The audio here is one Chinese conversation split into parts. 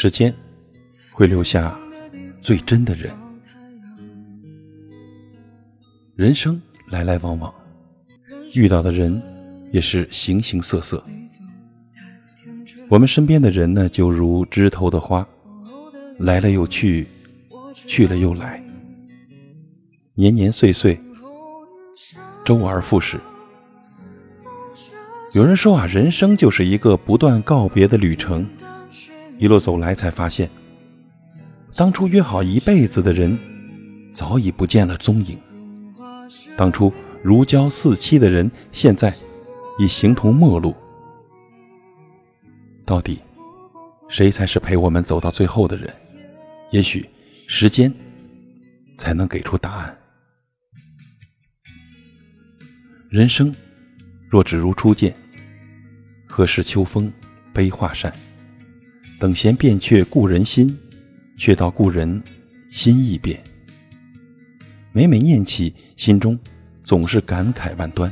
时间会留下最真的人。人生来来往往，遇到的人也是形形色色。我们身边的人呢，就如枝头的花，来了又去，去了又来，年年岁岁，周而复始。有人说啊，人生就是一个不断告别的旅程，一路走来才发现，当初约好一辈子的人早已不见了踪影，当初如胶似漆的人现在已形同陌路。到底谁才是陪我们走到最后的人？也许时间才能给出答案。人生若只如初见，何事秋风悲画扇？等闲变却故人心，却道故人心易变。每每念起，心中总是感慨万端。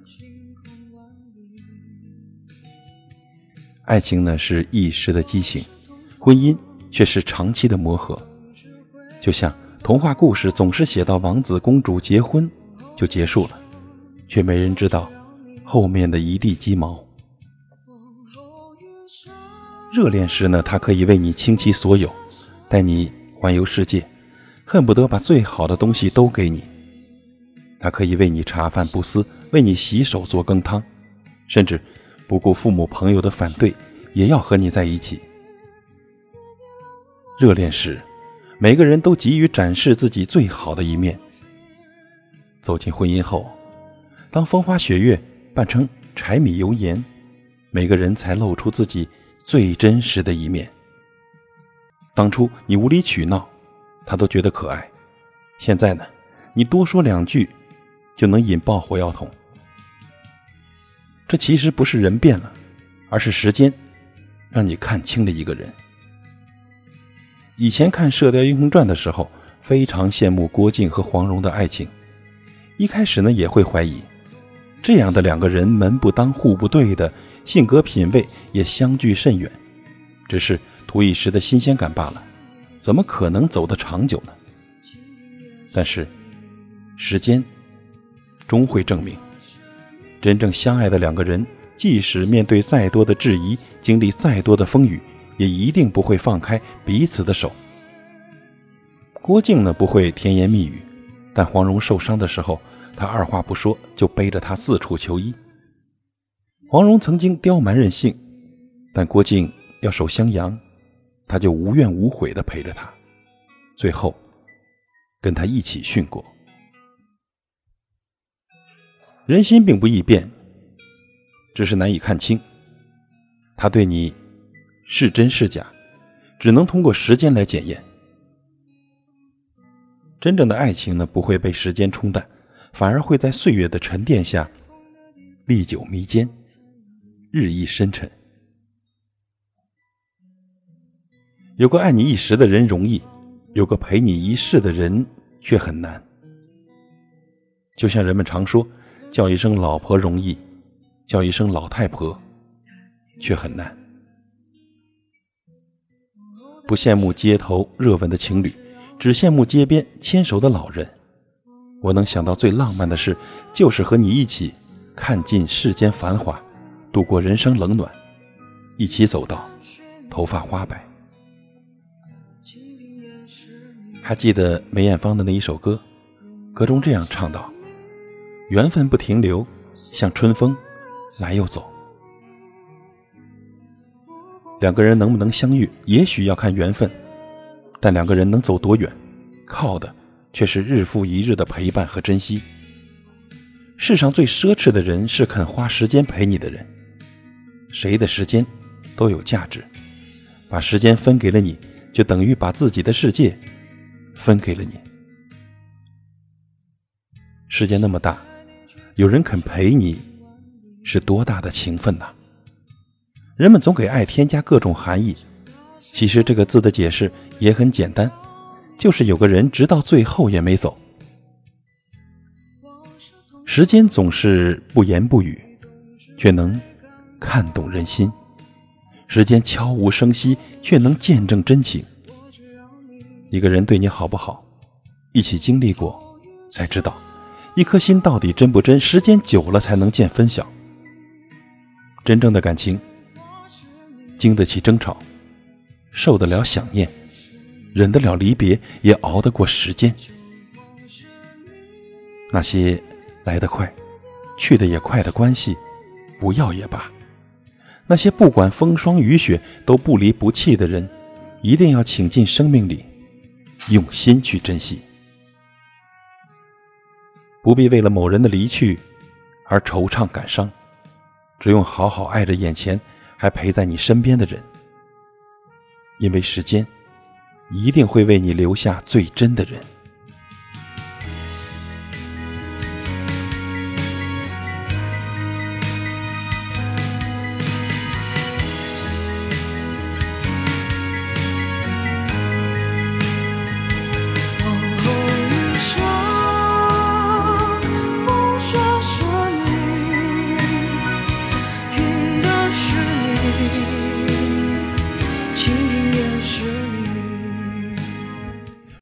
爱情呢，是一时的激情，婚姻却是长期的磨合。就像童话故事总是写到王子公主结婚就结束了，却没人知道后面的一地鸡毛。热恋时呢，他可以为你倾其所有，带你环游世界，恨不得把最好的东西都给你。他可以为你茶饭不思，为你洗手做羹汤，甚至不顾父母朋友的反对，也要和你在一起。热恋时，每个人都急于展示自己最好的一面。走进婚姻后，当风花雪月扮成柴米油盐，每个人才露出自己最真实的一面。当初你无理取闹，他都觉得可爱，现在呢，你多说两句就能引爆火药桶。这其实不是人变了，而是时间让你看清了一个人。以前看《射雕英雄传》的时候，非常羡慕郭靖和黄蓉的爱情。一开始呢，也会怀疑，这样的两个人门不当户不对的，性格品味也相距甚远，只是图一时的新鲜感罢了，怎么可能走得长久呢？但是时间终会证明，真正相爱的两个人，即使面对再多的质疑，经历再多的风雨，也一定不会放开彼此的手。郭靖呢，不会甜言蜜语，但黄蓉受伤的时候，他二话不说就背着她四处求医。黄蓉曾经刁蛮任性，但郭靖要守襄阳，他就无怨无悔地陪着他，最后跟他一起殉国。人心并不易变，只是难以看清，他对你是真是假，只能通过时间来检验。真正的爱情呢，不会被时间冲淡，反而会在岁月的沉淀下历久弥坚，日益深沉。有个爱你一时的人容易，有个陪你一世的人却很难。就像人们常说，叫一声老婆容易，叫一声老太婆却很难。不羡慕街头热吻的情侣，只羡慕街边牵手的老人。我能想到最浪漫的事，就是和你一起看尽世间繁华，度过人生冷暖，一起走到头发花白。还记得梅艳芳的那一首歌，歌中这样唱道：缘分不停留，像春风来又走。两个人能不能相遇，也许要看缘分，但两个人能走多远，靠的却是日复一日的陪伴和珍惜。世上最奢侈的人是肯花时间陪你的人。谁的时间都有价值，把时间分给了你，就等于把自己的世界分给了你。世界那么大，有人肯陪你，是多大的情分呐！人们总给爱添加各种含义，其实这个字的解释也很简单，就是有个人直到最后也没走。时间总是不言不语，却能看懂人心。 时间悄无声息，却能见证真情。一个人对你好不好，一起经历过才知道，一颗心到底真不真，时间久了才能见分晓。真正的感情经得起争吵，受得了想念，忍得了离别，也熬得过时间。那些来得快去得也快的关系，不要也罢。那些不管风霜雨雪都不离不弃的人，一定要请进生命里，用心去珍惜。不必为了某人的离去而惆怅感伤，只用好好爱着眼前还陪在你身边的人，因为时间一定会为你留下最真的人。